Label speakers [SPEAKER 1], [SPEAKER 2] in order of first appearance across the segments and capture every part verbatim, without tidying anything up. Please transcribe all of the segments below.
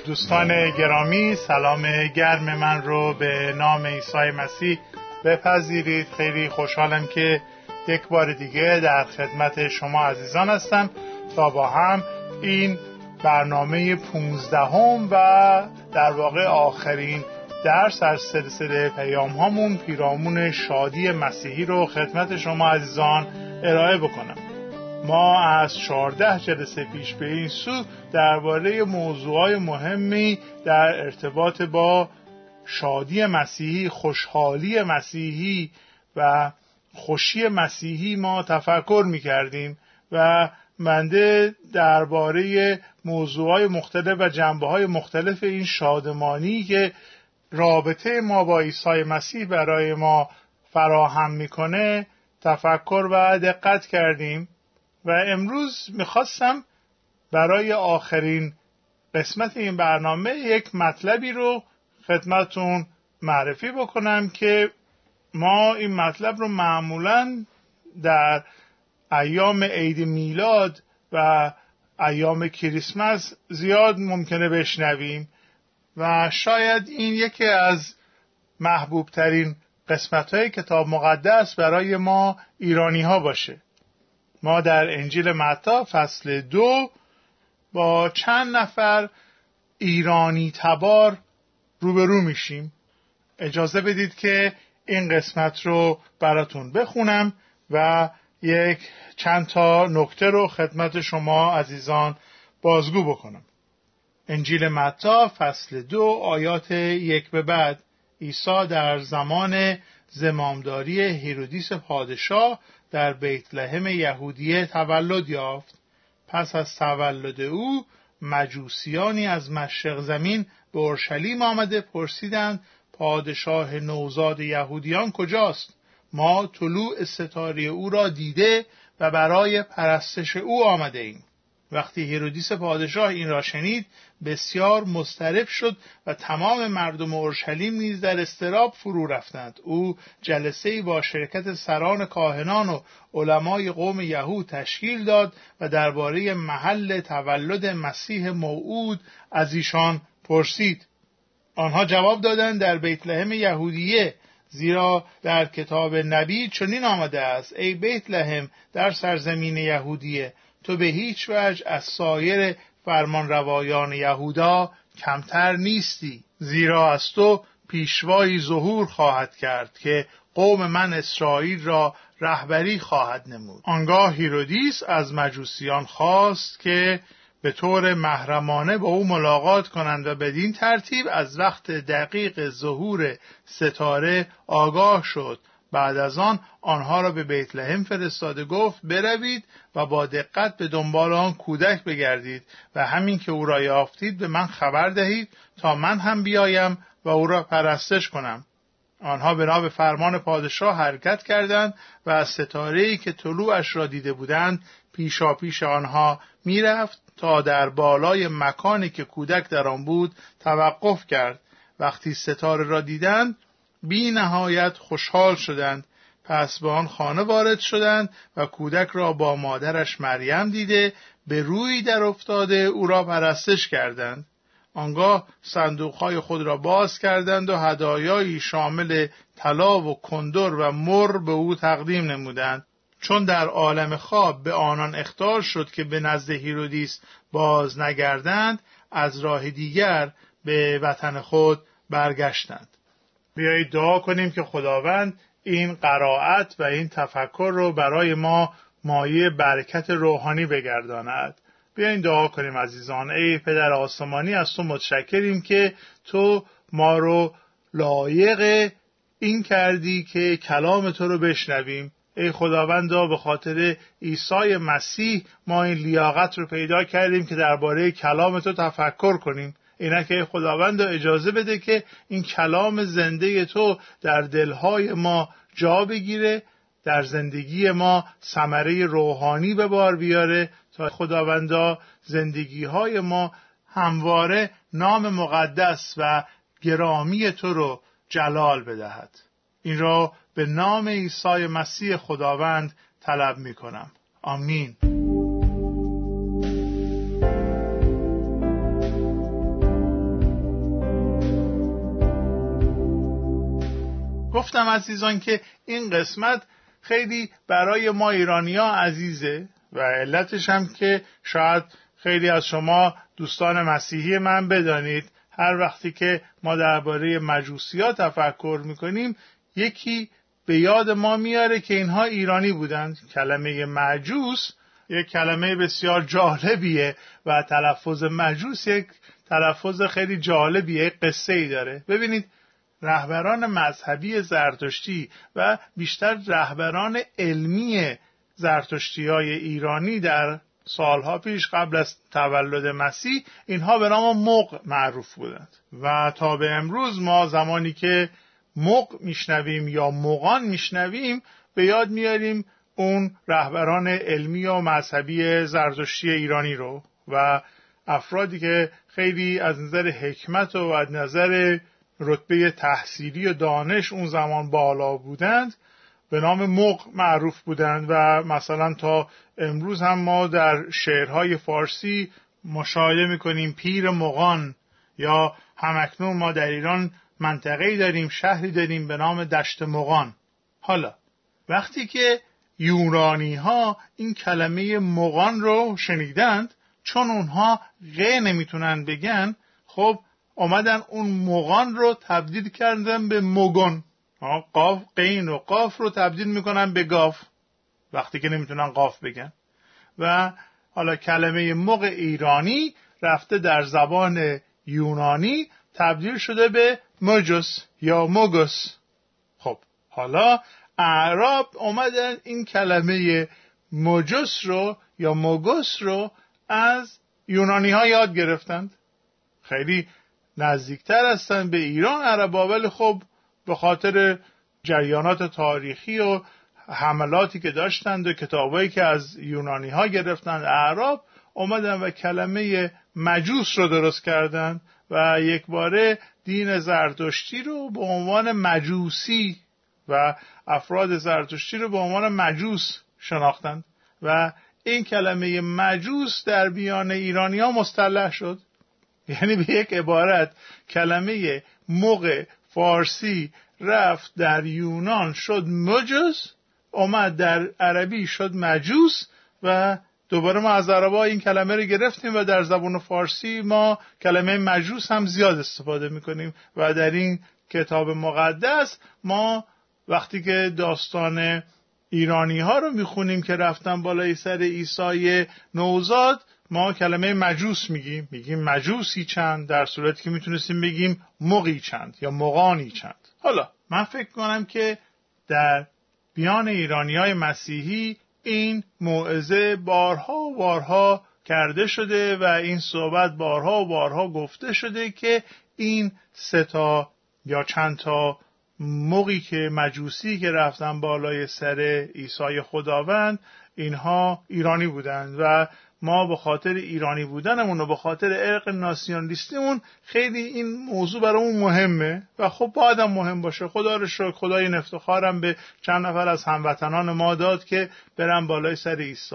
[SPEAKER 1] دوستان گرامی، سلام گرم من رو به نام عیسی مسیح بپذیرید. خیلی خوشحالم که یک بار دیگه در خدمت شما عزیزان هستم تا با هم این برنامه پونزدهم و در واقع آخرین درس از سلسله پیام هامون پیرامون شادی مسیحی رو خدمت شما عزیزان ارائه بکنم. ما از چهارده جلسه پیش به این سو درباره موضوعات مهمی در ارتباط با شادی مسیحی، خوشحالی مسیحی و خوشی مسیحی ما تفکر می‌کردیم و بنده درباره موضوعات مختلف و جنبه‌های مختلف این شادمانی که رابطه ما با عیسی مسیح برای ما فراهم می‌کنه تفکر و دقت کردیم. و امروز میخواستم برای آخرین قسمت این برنامه یک مطلبی رو خدمتون معرفی بکنم که ما این مطلب رو معمولاً در ایام عید میلاد و ایام کریسمس زیاد ممکنه بشنویم و شاید این یکی از محبوب ترین قسمت های کتاب مقدس برای ما ایرانی ها باشه. ما در انجیل متی فصل دو با چند نفر ایرانی تبار روبرو میشیم. اجازه بدید که این قسمت رو براتون بخونم و یک چند تا نکته رو خدمت شما عزیزان بازگو بکنم. انجیل متی فصل دو آیات یک به بعد. عیسی در زمان زمامداری هیرودیس پادشاه در بیت لحم یهودیه تولد یافت. پس از تولد او مجوسیانی از مشرق زمین به اورشلیم آمده پرسیدند پادشاه نوزاد یهودیان کجاست؟ ما طلوع ستاره او را دیده و برای پرستش او آمده ایم. وقتی هیرودیس پادشاه این را شنید بسیار مضطرب شد و تمام مردم اورشلیم نیز در اضطراب فرو رفتند. او جلسه‌ای با شرکت سران کاهنان و علمای قوم یهود تشکیل داد و درباره محل تولد مسیح موعود از ایشان پرسید. آنها جواب دادند در بیت لحم یهودیه، زیرا در کتاب نبی چنین آمده است: ای بیت لحم در سرزمین یهودیه، تو به هیچ وجه از سایر فرمانروایان یهودا کمتر نیستی، زیرا از تو پیشوایی ظهور خواهد کرد که قوم من اسرائیل را رهبری خواهد نمود. آنگاه هیرودیس از مجوسیان خواست که به طور محرمانه با او ملاقات کنند و بدین ترتیب از وقت دقیق ظهور ستاره آگاه شد. بعد از آن آنها را به بیت لحم فرستاده گفت بروید و با دقت به دنبال آن کودک بگردید و همین که او را یافتید به من خبر دهید تا من هم بیایم و او را پرستش کنم. آنها بنا به فرمان پادشاه حرکت کردند و از ستاره‌ای که طلوعش را دیده بودند پیشا پیش آنها میرفت تا در بالای مکانی که کودک در آن بود توقف کرد. وقتی ستاره را دیدند بی نهایت خوشحال شدند. پس به آن خانه وارد شدند و کودک را با مادرش مریم دیده به روی در افتاده او را پرستش کردند. آنگاه صندوقهای خود را باز کردند و هدایایی شامل طلا و کندر و مر به او تقدیم نمودند. چون در عالم خواب به آنان اخطار شد که به نزد هیرودیس باز نگردند، از راه دیگر به وطن خود برگشتند. بیایید دعا کنیم که خداوند این قرائت و این تفکر رو برای ما مایه برکت روحانی بگرداند. بیایید دعا کنیم عزیزان. ای پدر آسمانی، از تو متشکریم که تو ما رو لایق این کردی که کلام تو رو بشنویم. ای خداوندا، به خاطر عیسی مسیح ما این لیاقت رو پیدا کردیم که درباره کلام تو تفکر کنیم. اینه که خداوند اجازه بده که این کلام زنده تو در دلهای ما جا بگیره، در زندگی ما ثمره روحانی به بار بیاره تا خداوندا زندگیهای ما همواره نام مقدس و گرامی تو رو جلال بدهد. این را به نام عیسی مسیح خداوند طلب می کنم. آمین. گفتم عزیزان که این قسمت خیلی برای ما ایرانی‌ها عزیزه و علتش هم که شاید خیلی از شما دوستان مسیحی من بدانید هر وقتی که ما درباره مجوسی‌ها تفکر می‌کنیم یکی به یاد ما میاره که اینها ایرانی بودند. کلمه مجوس یک کلمه بسیار جالبیه و تلفظ مجوس یک تلفظ خیلی جالبیه، یک قصه‌ای داره. ببینید رهبران مذهبی زرتشتی و بیشتر رهبران علمی زرتشتی‌های ایرانی در سالها پیش قبل از تولد مسیح اینها به نام مغ معروف بودند و تا به امروز ما زمانی که مغ میشنویم یا مغان میشنویم به یاد میاریم اون رهبران علمی و مذهبی زرتشتی ایرانی رو و افرادی که خیلی از نظر حکمت و از نظر رتبه تحصیلی و دانش اون زمان بالا بودند به نام مغ معروف بودند و مثلا تا امروز هم ما در شعرهای فارسی مشاهده میکنیم پیر مغان، یا همکنون ما در ایران منطقه‌ای داریم، شهری داریم به نام دشت مغان. حالا وقتی که یونانی ها این کلمه مغان رو شنیدند، چون اونها غ نمیتونن بگن، خب اومدن اون مغان رو تبدیل کردن به مگون. قاف قین و قاف رو تبدیل میکنن به گاف وقتی که نمیتونن قاف بگن و حالا کلمه مغ ایرانی رفته در زبان یونانی تبدیل شده به مجوس یا موگوس. خب حالا اعراب اومدن این کلمه مجوس رو یا موگوس رو از یونانی ها یاد گرفتند. خیلی نزدیکتر هستن به ایران عربا، ولی خب به خاطر جریانات تاریخی و حملاتی که داشتند و کتابایی که از یونانی ها گرفتند اعراب اومدن و کلمه مجوس رو درست کردند و یک باره دین زرتشتی رو به عنوان مجوسی و افراد زرتشتی رو به عنوان مجوس شناختند و این کلمه مجوس در میان ایرانی ها مصطلح شد. یعنی به یک عبارت کلمه مغ فارسی رفت در یونان شد مجوس، اومد در عربی شد مجوس و دوباره ما از عربا این کلمه رو گرفتیم و در زبان فارسی ما کلمه مجوس هم زیاد استفاده میکنیم و در این کتاب مقدس ما وقتی که داستان ایرانی ها رو میخونیم که رفتن بالای سر عیسی نوزاد ما کلمه مجوس میگیم میگیم مجوسی چند، در صورتی که میتونستیم بگیم مغی چند یا مغانی چند. حالا من فکر کنم که در بیان ایرانیای مسیحی این موعظه بارها و بارها کرده شده و این صحبت بارها و بارها گفته شده که این سه تا یا چند تا مغی که مجوسی که رفتن بالای سر عیسی خداوند اینها ایرانی بودند و ما به خاطر ایرانی بودنمون و به خاطر ارق ناسیونالیستیمون خیلی این موضوع برامون مهمه و خب باید هم مهم باشه. خدا رو شکر خدای این افتخارم به چند نفر از هموطنان ما داد که برن بالای سر عیسی.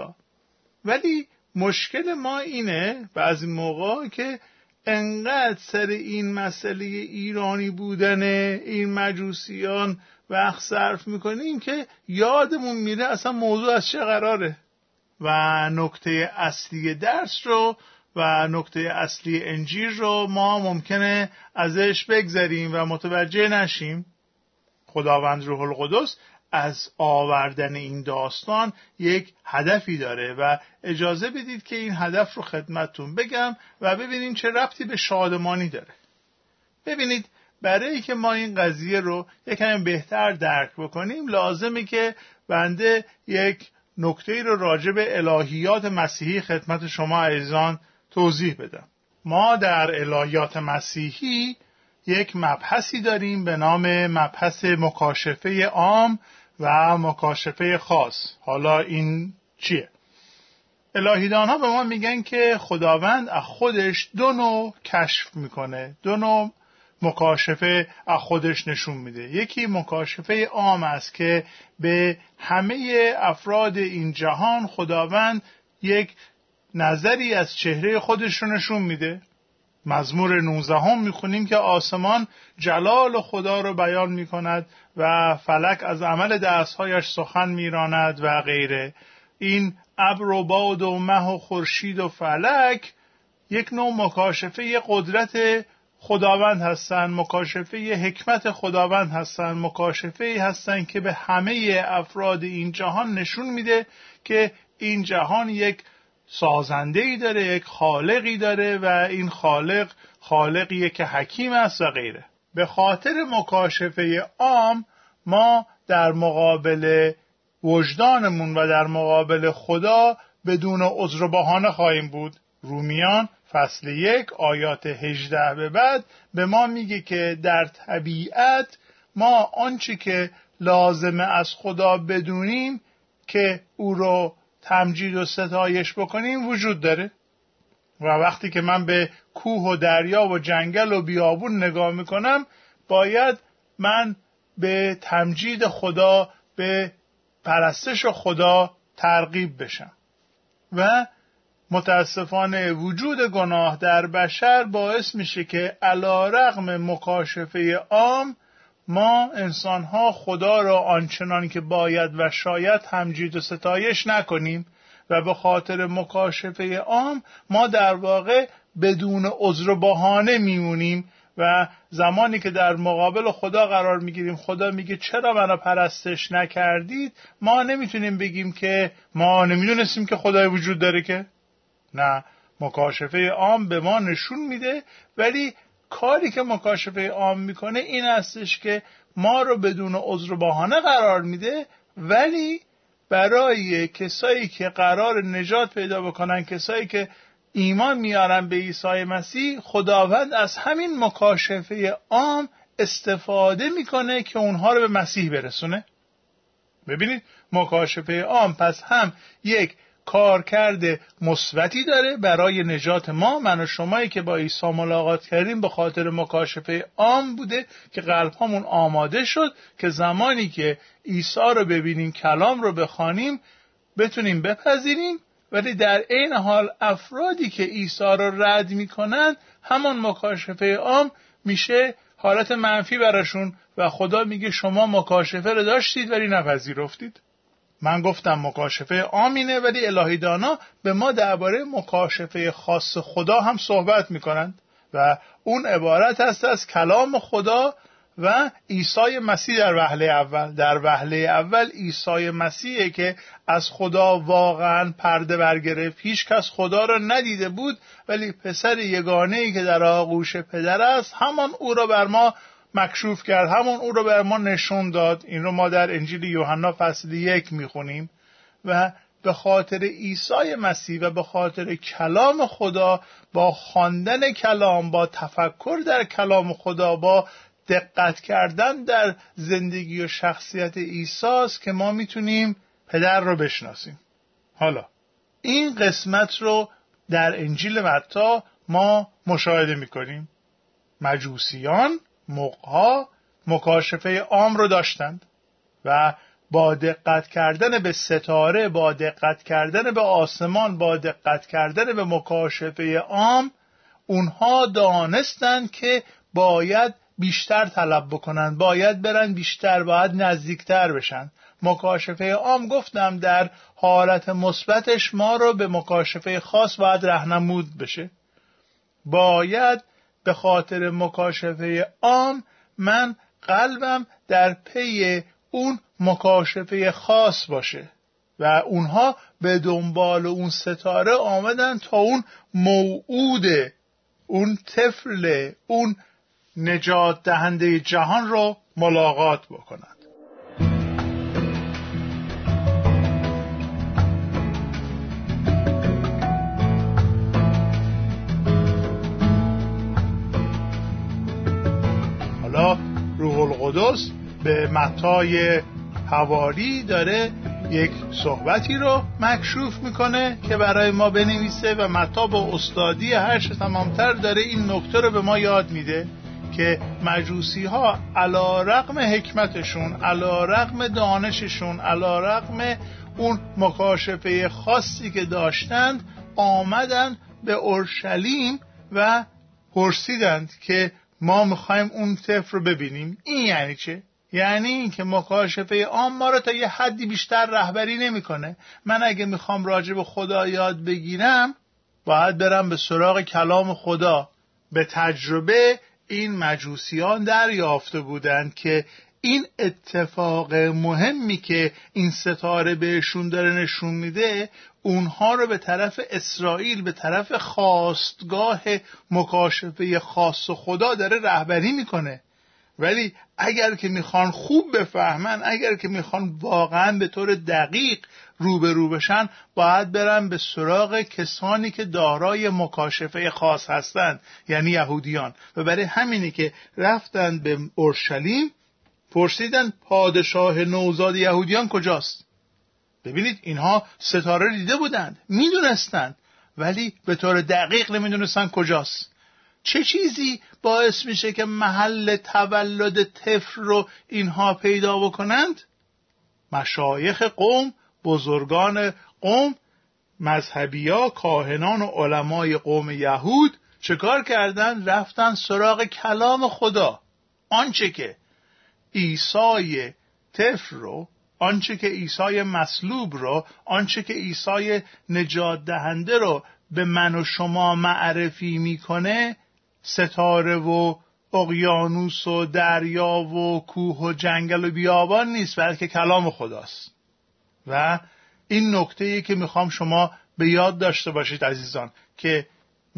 [SPEAKER 1] ولی مشکل ما اینه بعضی موقع که انقدر سر این مسئله ایرانی بودن این مجوسیان وقت صرف میکنیم که یادمون میره اصلا موضوع از چه قراره و نکته اصلی درس رو و نکته اصلی انجیل رو ما ممکنه ازش بگذریم و متوجه نشیم. خداوند روح القدس از آوردن این داستان یک هدفی داره و اجازه بدید که این هدف رو خدمتتون بگم و ببینیم چه ربطی به شادمانی داره. ببینید برای که ما این قضیه رو یکم بهتر درک بکنیم لازمه که بنده یک نکته رو راجع به الهیات مسیحی خدمت شما عزیزان توضیح بدم. ما در الهیات مسیحی یک مبحثی داریم به نام مبحث مکاشفه عام و مکاشفه خاص. حالا این چیه؟ الهیدان ها به ما میگن که خداوند از خودش دو نوع کشف میکنه، دو نوع مکاشفه از خودش نشون میده. یکی مکاشفه عام است که به همه افراد این جهان خداوند یک نظری از چهره خودش رو نشون میده مزمور نوزده هم میخونیم که آسمان جلال خدا رو بیان میکند و فلک از عمل دستهایش سخن میراند و غیره. این ابر و باد و مه و خورشید و فلک یک نوع مکاشفه قدرت خداوند هستند، مکاشفه حکمت خداوند هستند، مکاشفه هستند که به همه افراد این جهان نشون میده که این جهان یک سازنده‌ای داره، یک خالقی داره و این خالق خالقیه که حکیم است و غیره. به خاطر مکاشفه عام ما در مقابل وجدانمون و در مقابل خدا بدون عذر و بهانه خواهیم بود. رومیان فصل یک آیات هجده به بعد به ما میگه که در طبیعت ما آنچه که لازمه از خدا بدونیم که او رو تمجید و ستایش بکنیم وجود داره. و وقتی که من به کوه و دریا و جنگل و بیابون نگاه میکنم باید من به تمجید خدا، به پرستش خدا ترغیب بشم. و متاسفانه وجود گناه در بشر باعث میشه که علی رغم مکاشفه عام ما انسانها خدا را آنچنان که باید و شاید تمجید و ستایش نکنیم و به خاطر مکاشفه عام ما در واقع بدون عذر و بهانه میمونیم و زمانی که در مقابل خدا قرار میگیریم خدا میگه چرا منو پرستش نکردید، ما نمیتونیم بگیم که ما نمیدونستیم که خدای وجود داره. که نه، مکاشفه عام به ما نشون میده، ولی کاری که مکاشفه عام میکنه این هستش که ما رو بدون عذر و بهانه قرار میده، ولی برای کسایی که قرار نجات پیدا بکنن، کسایی که ایمان میارن به عیسی مسیح، خداوند از همین مکاشفه عام استفاده میکنه که اونها رو به مسیح برسونه. ببینید مکاشفه عام پس هم یک کارکرد مثبتی داره برای نجات ما. من و شمایی که با عیسی ملاقات کردیم به خاطر مکاشفه عام بوده که قلبمون آماده شد که زمانی که عیسی رو ببینیم، کلام رو بخوانیم، بتونیم بپذیریم. ولی در عین حال افرادی که عیسی رو رد میکنن همان مکاشفه عام میشه حالت منفی براشون و خدا میگه شما مکاشفه رو داشتید ولی نپذیرفتید. من گفتم مکاشفه عامینه، ولی الهی دانا به ما درباره مکاشفه خاص خدا هم صحبت میکنند و اون عبارت است از کلام خدا و عیسی مسیح در وهله اول. در وهله اول عیسی مسیحه که از خدا واقعا پرده برگرفت. هیچ کس خدا را ندیده بود، ولی پسر یگانه‌ای که در آغوش پدر است همان او را بر ما مکشوف کرد، همون او رو بر ما نشون داد. این رو ما در انجیل یوحنا فصل یک میخونیم. و به خاطر عیسی مسیح و به خاطر کلام خدا، با خواندن کلام، با تفکر در کلام خدا، با دقت کردن در زندگی و شخصیت عیسی است که ما میتونیم پدر رو بشناسیم. حالا این قسمت رو در انجیل متی ما مشاهده میکنیم. مجوسیان موقعها مکاشفه عام رو داشتند و با دقت کردن به ستاره، با دقت کردن به آسمان، با دقت کردن به مکاشفه عام، اونها دانستند که باید بیشتر طلب بکنن، باید برن بیشتر، باید نزدیکتر بشن. مکاشفه عام گفتم در حالت مثبتش ما رو به مکاشفه خاص باید راهنمود بشه. باید به خاطر مکاشفه عام من قلبم در پی اون مکاشفه خاص باشه و اونها به دنبال اون ستاره آمدن تا اون موعود، اون طفل، اون نجات دهنده جهان رو ملاقات بکنند. حالا روح القدس به متی حواری داره یک صحبتی رو مکشوف میکنه که برای ما بنویسه و متی با استادی هرچه تمامتر داره این نکته رو به ما یاد میده که مجوسی ها علی رغم حکمتشون، علی رغم دانششون، علی رغم اون مکاشفه خاصی که داشتند، آمدن به اورشلیم و پرسیدند که ما میخوایم اون طفل رو ببینیم. این یعنی چه؟ یعنی این که مکاشفه عام ما رو تا یه حدی بیشتر رهبری نمیکنه. من اگه میخوام راجع به خدا یاد بگیرم باید برم به سراغ کلام خدا. به تجربه این مجوسیان دریافته بودند که این اتفاق مهمی که این ستاره بهشون داره نشون میده اونها رو به طرف اسرائیل، به طرف خواستگاه مکاشفه خاص خدا داره رهبری میکنه. ولی اگر که میخوان خوب بفهمن، اگر که میخوان واقعا به طور دقیق روبرو بشن، باید برن به سراغ کسانی که دارای مکاشفه خاص هستند، یعنی یهودیان. و برای همینی که رفتن به اورشلیم پرسیدن پادشاه نوزاد یهودیان کجاست. ببینید اینها ستاره دیده بودند، میدونستند، ولی به طور دقیق نمیدونستند کجاست. چه چیزی باعث میشه که محل تولد طفل رو اینها پیدا بکنند؟ مشایخ قوم، بزرگان قوم، مذهبیا، کاهنان و علمای قوم یهود چه کار کردن؟ رفتن سراغ کلام خدا. آنچه که عیسی طفل رو، آنچه که عیسی مصلوب رو، آنچه که عیسی نجات دهنده رو به من و شما معرفی میکنه، ستاره و اقیانوس و دریا و کوه و جنگل و بیابان نیست، بلکه کلام خداست. و این نکته‌ای که میخوام شما به یاد داشته باشید عزیزان، که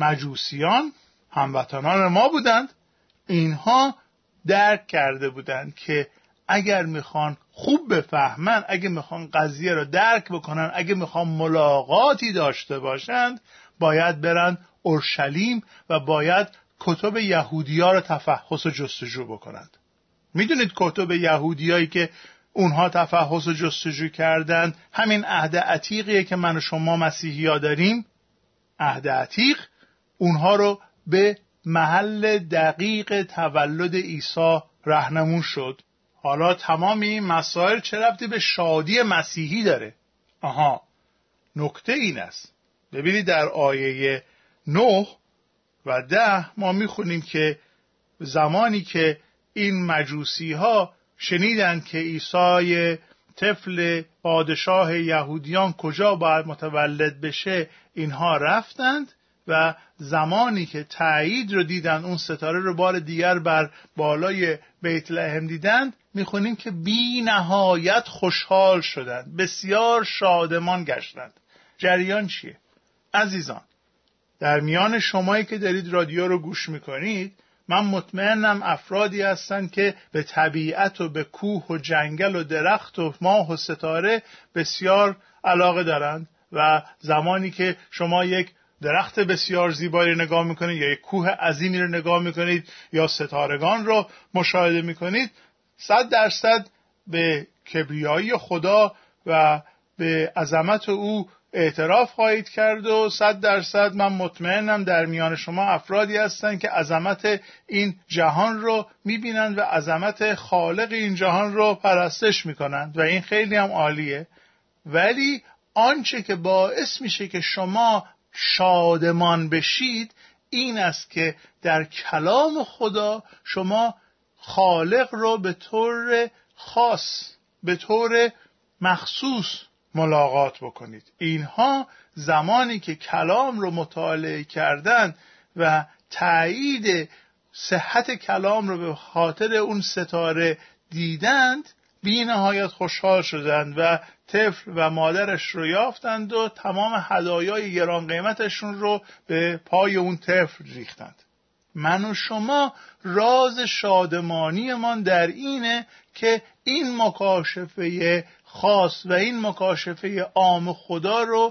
[SPEAKER 1] مجوسیان هموطنان ما بودند. اینها درک کرده بودند که اگر میخوان خوب بفهمن، اگه میخوان قضیه رو درک بکنن، اگه میخوان ملاقاتی داشته باشند، باید برن اورشلیم و باید کتب یهودی‌ها رو تفحص و جستجو بکنند. میدونید کتب یهودیایی که اونها تفحص و جستجو کردند همین عهد عتیقیه که من و شما مسیحی‌ها داریم. عهد عتیق اونها رو به محل دقیق تولد عیسی راهنمون شد. حالا تمام این مسائل چه ربطی به شادی مسیحی داره؟ آها، نکته این است. ببینید در آیه نه و ده ما میخونیم که زمانی که این مجوسی ها شنیدند که عیسی طفل پادشاه یهودیان کجا باید متولد بشه، اینها رفتند و زمانی که تایید رو دیدن، اون ستاره رو بار دیگر بر بالای بیت لحم دیدند، میخونیم که بی نهایت خوشحال شدند، بسیار شادمان گشتند. جریان چیه؟ عزیزان، در میان شمایی که دارید رادیو رو گوش میکنید، من مطمئنم افرادی هستن که به طبیعت و به کوه و جنگل و درخت و ماه و ستاره بسیار علاقه دارند و زمانی که شما یک درخت بسیار زیبایی رو نگاه میکنید یا یک کوه عظیمی رو نگاه میکنید یا ستارگان رو مشاهده میکنید، صد درصد به کبریایی خدا و به عظمت او اعتراف خواهید کرد و صد درصد من مطمئنم در میان شما افرادی هستند که عظمت این جهان رو میبینند و عظمت خالق این جهان رو پرستش میکنند و این خیلی هم عالیه. ولی آنچه که باعث میشه که شما شادمان بشید این است که در کلام خدا شما خالق رو به طور خاص، به طور مخصوص ملاقات بکنید. اینها زمانی که کلام رو مطالعه کردند و تایید صحت کلام رو به خاطر اون ستاره دیدند، بی نهایت خوشحال شدند و طفل و مادرش رو یافتند و تمام هدایای گران قیمتشون رو به پای اون طفل ریختند. من و شما راز شادمانیمان در اینه که این مکاشفه خاص و این مکاشفه عام خدا رو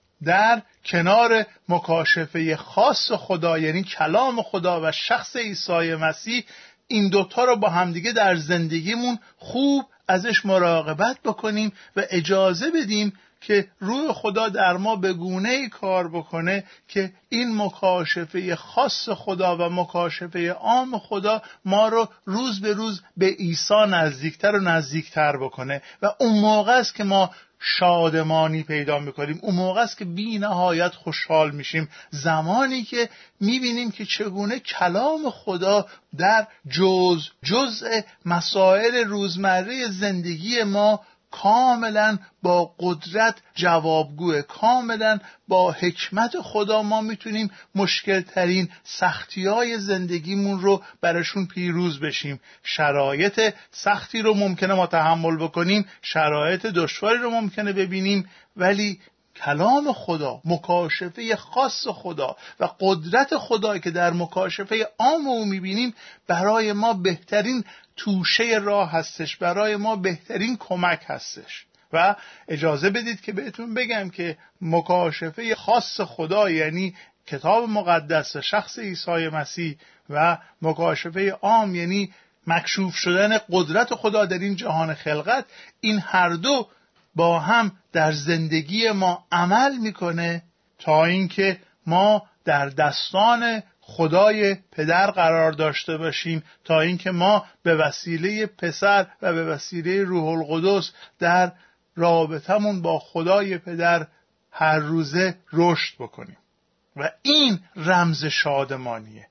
[SPEAKER 1] در کنار مکاشفه خاص خدا، یعنی کلام خدا و شخص عیسی مسیح، این دوتا رو با همدیگه در زندگیمون خوب ازش مراقبت بکنیم و اجازه بدیم که روح خدا در ما به گونه‌ای کار بکنه که این مکاشفه خاص خدا و مکاشفه عام خدا ما رو روز به روز به عیسی نزدیکتر و نزدیکتر بکنه و اون موقع است که ما شادمانی پیدا میکنیم، اون موقع است که بی نهایت خوشحال میشیم، زمانی که میبینیم که چگونه کلام خدا در جز جزء مسائل روزمره زندگی ما کاملا با قدرت جوابگوه، کاملا با حکمت خدا ما میتونیم مشکل ترین سختی های زندگیمون رو براشون پیروز بشیم. شرایط سختی رو ممکنه ما تحمل بکنیم، شرایط دشواری رو ممکنه ببینیم، ولی کلام خدا، مکاشفه خاص خدا و قدرت خدا که در مکاشفه عام او میبینیم برای ما بهترین توشه راه هستش، برای ما بهترین کمک هستش. و اجازه بدید که بهتون بگم که مکاشفه خاص خدا یعنی کتاب مقدس و شخص عیسی مسیح و مکاشفه عام یعنی مکشوف شدن قدرت خدا در این جهان خلقت، این هر دو با هم در زندگی ما عمل میکنه تا اینکه ما در دستان خدای پدر قرار داشته باشیم، تا اینکه ما به وسیله پسر و به وسیله روح القدس در رابطمون با خدای پدر هر روزه رشد بکنیم و این رمز شادمانیه.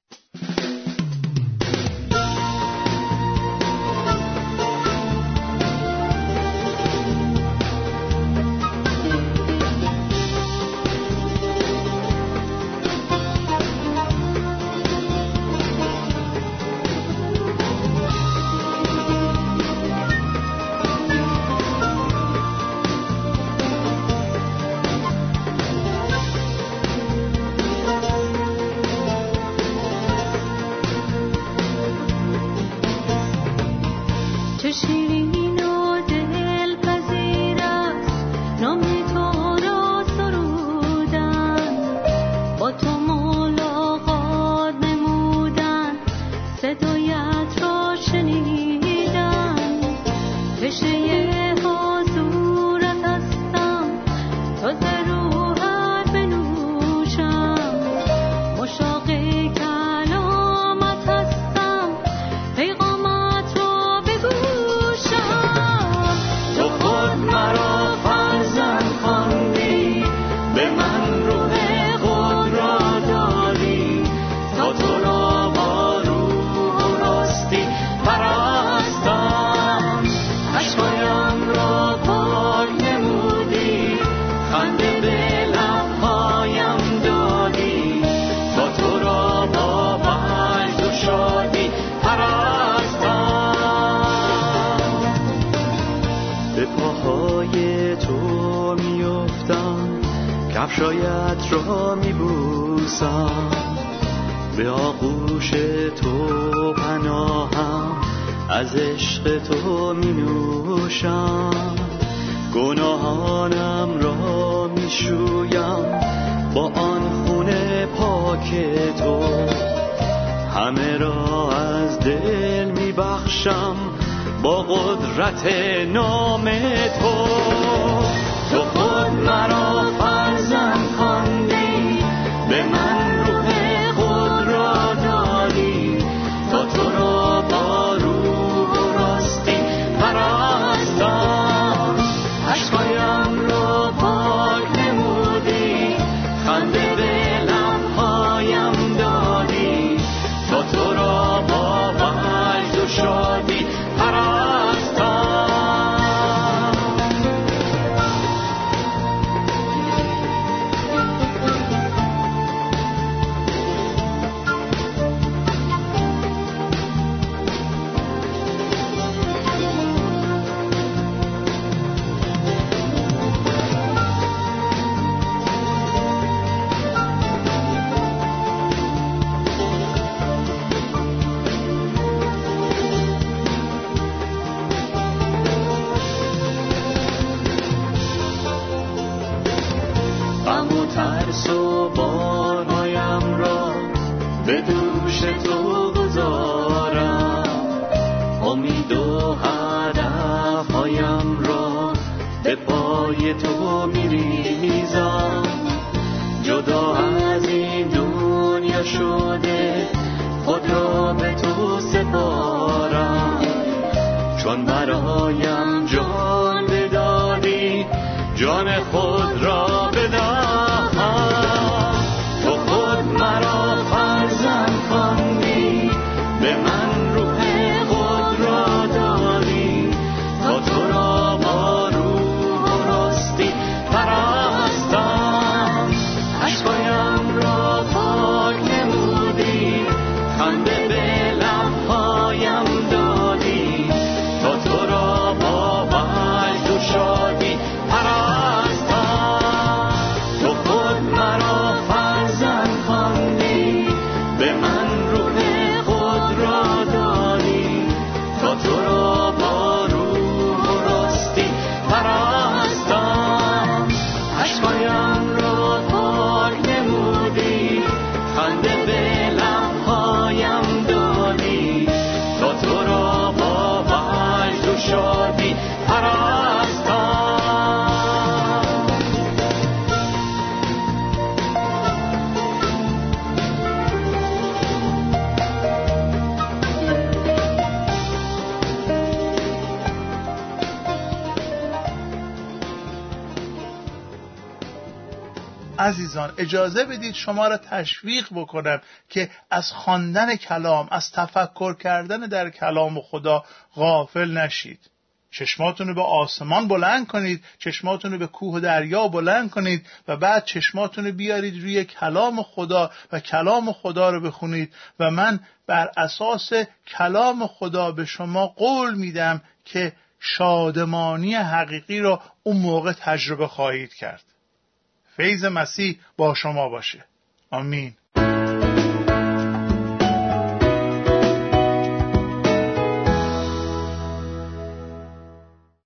[SPEAKER 2] کفشایت را میبوسم، به آغوش تو پناهم، از عشق تو مینوشم، گناهانم را میشویم با آن خون پاک تو، همه را از دل میبخشم با قدرت نام تو. تو خود مرا فرزند خواندی، به من روح خود را دادی، تا تو را با روح و راستی پرستم، اشکایم را پاک نمودی، خنده به لبهایم دادی، تا تو را با وجد و شادی پرستم. به دوش تو گذارم، امید و هدفهایم را به پای تو میریزم، جدا از این دنیا شده خود را به تو سپارم، چون برایم جان بدادی جان خود را بدهم. تو خود مرا فرزند خواندی، به من روح خود را دادی، تا تو را با روح و راستی پرستم. اشکایم را پاک نمودی، خنده به لبهایم دادی، تا تو را با وجد و شادی پرستم. تو خود مرا فرزند خواندی، به من روح خود را دادی، تا تو را با روح و راستی پرستم. اشکایم را پاک نمودی، خنده به لبهایم دادی، تا تو را با وجد و شادی پرستم.
[SPEAKER 1] عزیزان اجازه بدید شما را تشویق بکنم که از خواندن کلام، از تفکر کردن در کلام خدا غافل نشید. چشماتون رو به آسمان بلند کنید، چشماتون رو به کوه و دریا بلند کنید و بعد چشماتون رو بیارید روی کلام خدا و کلام خدا رو بخونید و من بر اساس کلام خدا به شما قول میدم که شادمانی حقیقی رو اون موقع تجربه خواهید کرد. فیض مسیح با شما باشه. آمین.